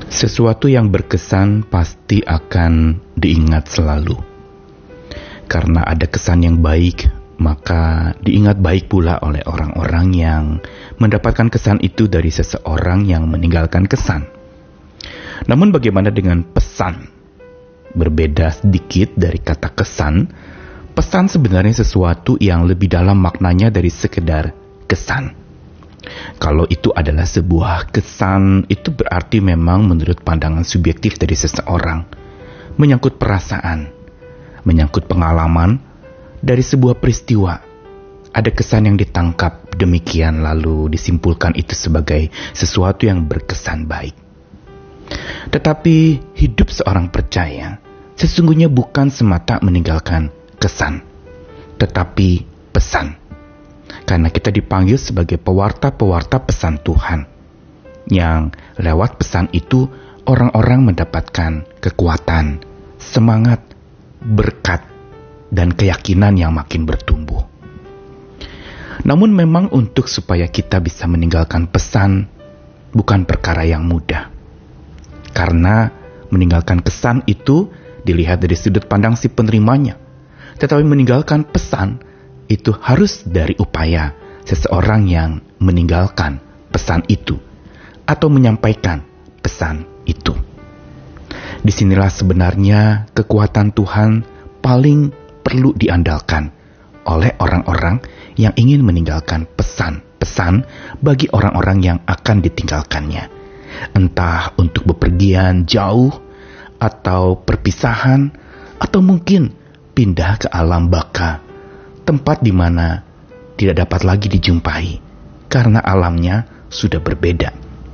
Sesuatu yang berkesan pasti akan diingat selalu. Karena ada kesan yang baik, maka diingat baik pula oleh orang-orang yang mendapatkan kesan itu dari seseorang yang meninggalkan kesan. Namun bagaimana dengan pesan? Berbeda sedikit dari kata kesan, pesan sebenarnya sesuatu yang lebih dalam maknanya dari sekedar kesan. Kalau itu adalah sebuah kesan, itu berarti memang menurut pandangan subjektif dari seseorang, menyangkut perasaan, menyangkut pengalaman dari sebuah peristiwa. Ada kesan yang ditangkap, demikian lalu disimpulkan itu sebagai sesuatu yang berkesan baik. Tetapi hidup seorang percaya sesungguhnya bukan semata meninggalkan kesan, tetapi pesan. Karena kita dipanggil sebagai pewarta-pewarta pesan Tuhan, yang lewat pesan itu orang-orang mendapatkan kekuatan, semangat, berkat, dan keyakinan yang makin bertumbuh. Namun memang untuk supaya kita bisa meninggalkan pesan bukan perkara yang mudah. Karena meninggalkan kesan itu dilihat dari sudut pandang si penerimanya. Tetapi meninggalkan pesan itu harus dari upaya seseorang yang meninggalkan pesan itu atau menyampaikan pesan itu. Disinilah sebenarnya kekuatan Tuhan paling perlu diandalkan oleh orang-orang yang ingin meninggalkan pesan-pesan bagi orang-orang yang akan ditinggalkannya. Entah untuk bepergian jauh, atau perpisahan, atau mungkin pindah ke alam baka, tempat di mana tidak dapat lagi dijumpai karena alamnya sudah berbeda.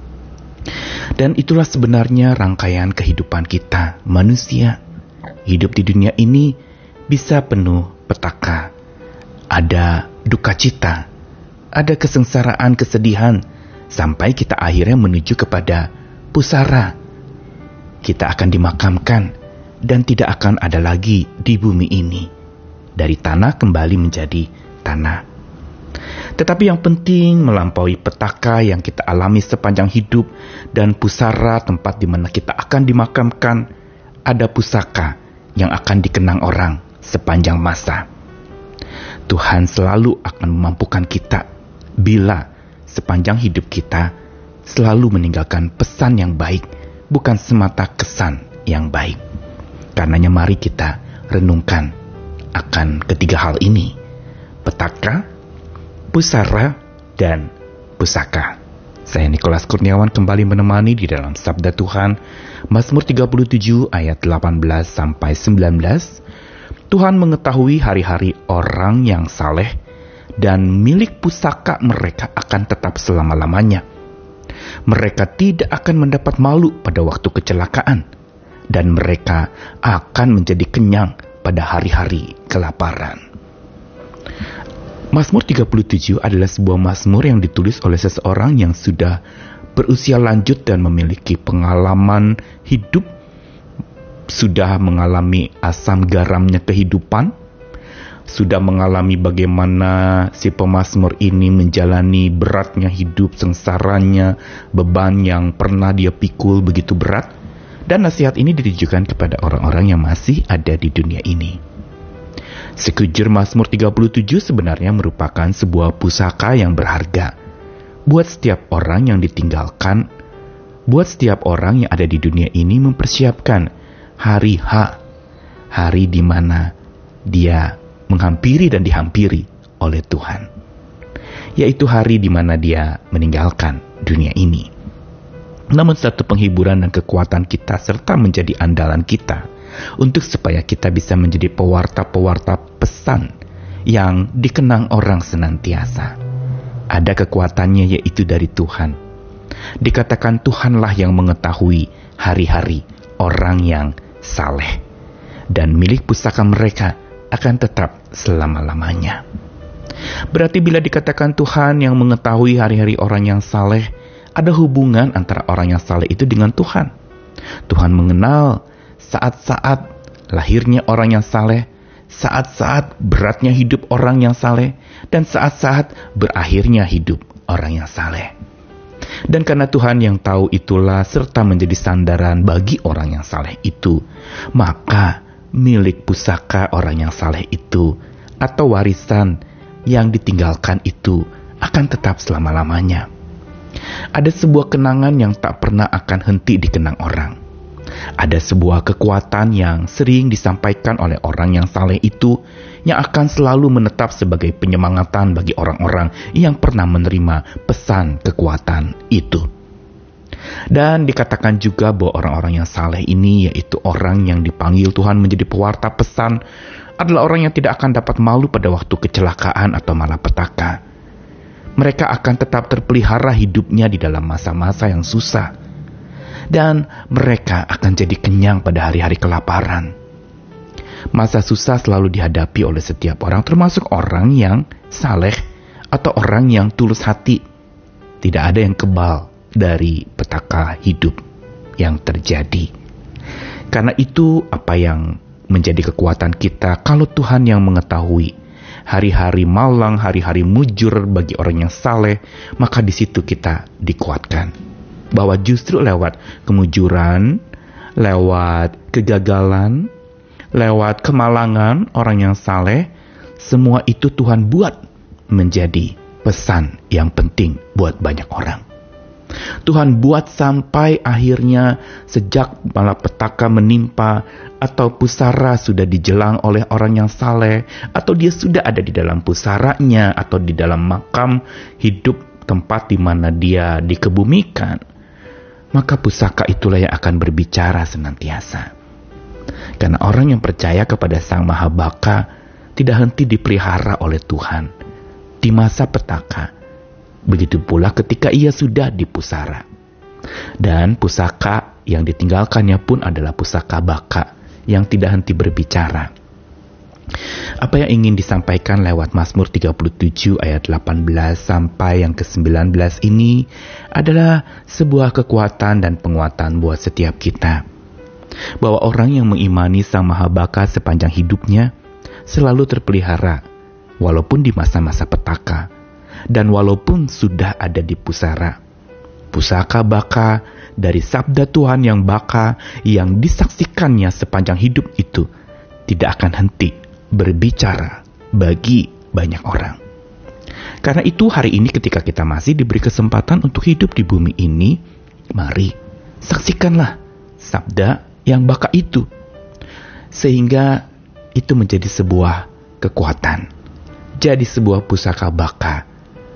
Dan itulah sebenarnya rangkaian kehidupan kita, manusia. Hidup di dunia ini bisa penuh petaka. Ada duka cita, ada kesengsaraan, kesedihan, sampai kita akhirnya menuju kepada pusara. Kita akan dimakamkan dan tidak akan ada lagi di bumi ini. Dari tanah kembali menjadi tanah. Tetapi yang penting melampaui petaka yang kita alami sepanjang hidup dan pusara tempat di mana kita akan dimakamkan, ada pusaka yang akan dikenang orang sepanjang masa. Tuhan selalu akan memampukan kita bila sepanjang hidup kita selalu meninggalkan pesan yang baik, bukan semata kesan yang baik. Karenanya mari kita renungkan akan ketiga hal ini: petaka, pusara, dan pusaka. Saya Nikolas Kurniawan kembali menemani di dalam Sabda Tuhan, Mazmur 37 ayat 18-19. Tuhan mengetahui hari-hari orang yang saleh, dan milik pusaka mereka akan tetap selama-lamanya. Mereka tidak akan mendapat malu pada waktu kecelakaan, dan mereka akan menjadi kenyang pada hari-hari kelaparan. Mazmur 37 adalah sebuah mazmur yang ditulis oleh seseorang yang sudah berusia lanjut dan memiliki pengalaman hidup, sudah mengalami asam garamnya kehidupan, sudah mengalami bagaimana si pemazmur ini menjalani beratnya hidup, sengsaranya, beban yang pernah dia pikul begitu berat. Dan nasihat ini ditujukan kepada orang-orang yang masih ada di dunia ini. Sekujur Mazmur 37 sebenarnya merupakan sebuah pusaka yang berharga buat setiap orang yang ditinggalkan, buat setiap orang yang ada di dunia ini mempersiapkan hari H, hari di mana dia menghampiri dan dihampiri oleh Tuhan, yaitu hari di mana dia meninggalkan dunia ini. Namun satu penghiburan dan kekuatan kita serta menjadi andalan kita untuk supaya kita bisa menjadi pewarta-pewarta pesan yang dikenang orang senantiasa. Ada kekuatannya, yaitu dari Tuhan. Dikatakan Tuhanlah yang mengetahui hari-hari orang yang saleh, dan milik pusaka mereka akan tetap selama-lamanya. Berarti bila dikatakan Tuhan yang mengetahui hari-hari orang yang saleh, ada hubungan antara orang yang saleh itu dengan Tuhan. Tuhan mengenal saat-saat lahirnya orang yang saleh, saat-saat beratnya hidup orang yang saleh, dan saat-saat berakhirnya hidup orang yang saleh. Dan karena Tuhan yang tahu itulah serta menjadi sandaran bagi orang yang saleh itu, maka milik pusaka orang yang saleh itu atau warisan yang ditinggalkan itu akan tetap selama-lamanya. Ada sebuah kenangan yang tak pernah akan henti dikenang orang. Ada sebuah kekuatan yang sering disampaikan oleh orang yang saleh itu yang akan selalu menetap sebagai penyemangatan bagi orang-orang yang pernah menerima pesan kekuatan itu. Dan dikatakan juga bahwa orang-orang yang saleh ini, yaitu orang yang dipanggil Tuhan menjadi pewarta pesan, adalah orang yang tidak akan dapat malu pada waktu kecelakaan atau malapetaka. Mereka akan tetap terpelihara hidupnya di dalam masa-masa yang susah. Dan mereka akan jadi kenyang pada hari-hari kelaparan. Masa susah selalu dihadapi oleh setiap orang, termasuk orang yang saleh atau orang yang tulus hati. Tidak ada yang kebal dari petaka hidup yang terjadi. Karena itu apa yang menjadi kekuatan kita kalau Tuhan yang mengetahui hari-hari malang, hari-hari mujur bagi orang yang saleh, maka di situ kita dikuatkan. Bahwa justru lewat kemujuran, lewat kegagalan, lewat kemalangan orang yang saleh, semua itu Tuhan buat menjadi pesan yang penting buat banyak orang. Tuhan buat sampai akhirnya sejak malapetaka menimpa atau pusara sudah dijelang oleh orang yang saleh, atau dia sudah ada di dalam pusaranya atau di dalam makam hidup tempat di mana dia dikebumikan, maka pusaka itulah yang akan berbicara senantiasa. Karena orang yang percaya kepada Sang Mahabaka tidak henti dipelihara oleh Tuhan di masa petaka. Begitu pula ketika ia sudah di pusara. Dan pusaka yang ditinggalkannya pun adalah pusaka baka yang tidak henti berbicara. Apa yang ingin disampaikan lewat Mazmur 37 ayat 18 sampai yang ke-19 ini adalah sebuah kekuatan dan penguatan buat setiap kita. Bahwa orang yang mengimani Sang Mahabaka sepanjang hidupnya selalu terpelihara, walaupun di masa-masa petaka, dan walaupun sudah ada di pusara. Pusaka baka dari sabda Tuhan yang baka yang disaksikannya sepanjang hidup itu tidak akan henti berbicara bagi banyak orang. Karena itu hari ini ketika kita masih diberi kesempatan untuk hidup di bumi ini, mari saksikanlah sabda yang baka itu. Sehingga itu menjadi sebuah kekuatan. Jadi sebuah pusaka baka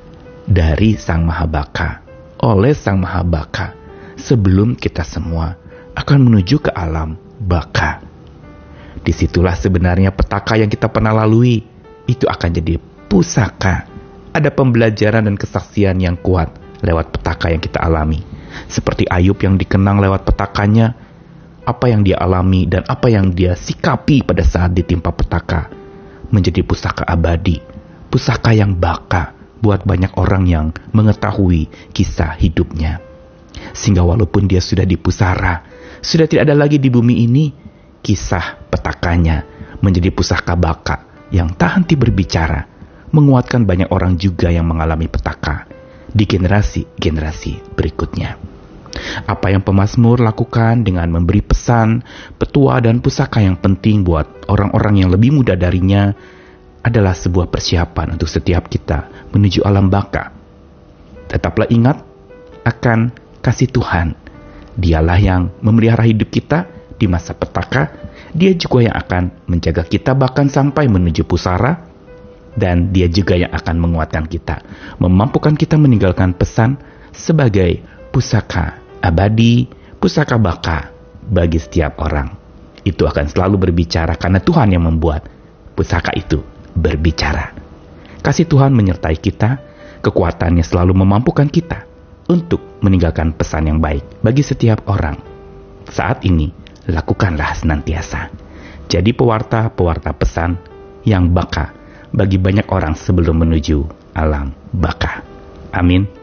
dari Sang Mahabaka, oleh Sang Mahabaka, sebelum kita semua akan menuju ke alam baka. Disitulah sebenarnya petaka yang kita pernah lalui itu akan jadi pusaka. Ada pembelajaran dan kesaksian yang kuat lewat petaka yang kita alami. Seperti Ayub yang dikenang lewat petakanya, apa yang dia alami dan apa yang dia sikapi pada saat ditimpa petaka menjadi pusaka abadi, pusaka yang baka buat banyak orang yang mengetahui kisah hidupnya. Sehingga walaupun dia sudah di pusara, sudah tidak ada lagi di bumi ini, kisah petakanya menjadi pusaka baka yang tak henti berbicara, menguatkan banyak orang juga yang mengalami petaka di generasi-generasi berikutnya. Apa yang pemazmur lakukan dengan memberi pesan, petua dan pusaka yang penting buat orang-orang yang lebih muda darinya adalah sebuah persiapan untuk setiap kita menuju alam baka. Tetaplah ingat akan kasih Tuhan. Dialah yang memelihara hidup kita di masa petaka. Dia juga yang akan menjaga kita bahkan sampai menuju pusara. Dan dia juga yang akan menguatkan kita, memampukan kita meninggalkan pesan sebagai pusaka abadi, pusaka baka bagi setiap orang. Itu akan selalu berbicara karena Tuhan yang membuat pusaka itu berbicara. Kasih Tuhan menyertai kita, kekuatannya selalu memampukan kita untuk meninggalkan pesan yang baik bagi setiap orang. Saat ini, lakukanlah senantiasa. Jadi pewarta pesan yang baka bagi banyak orang sebelum menuju alam baka. Amin.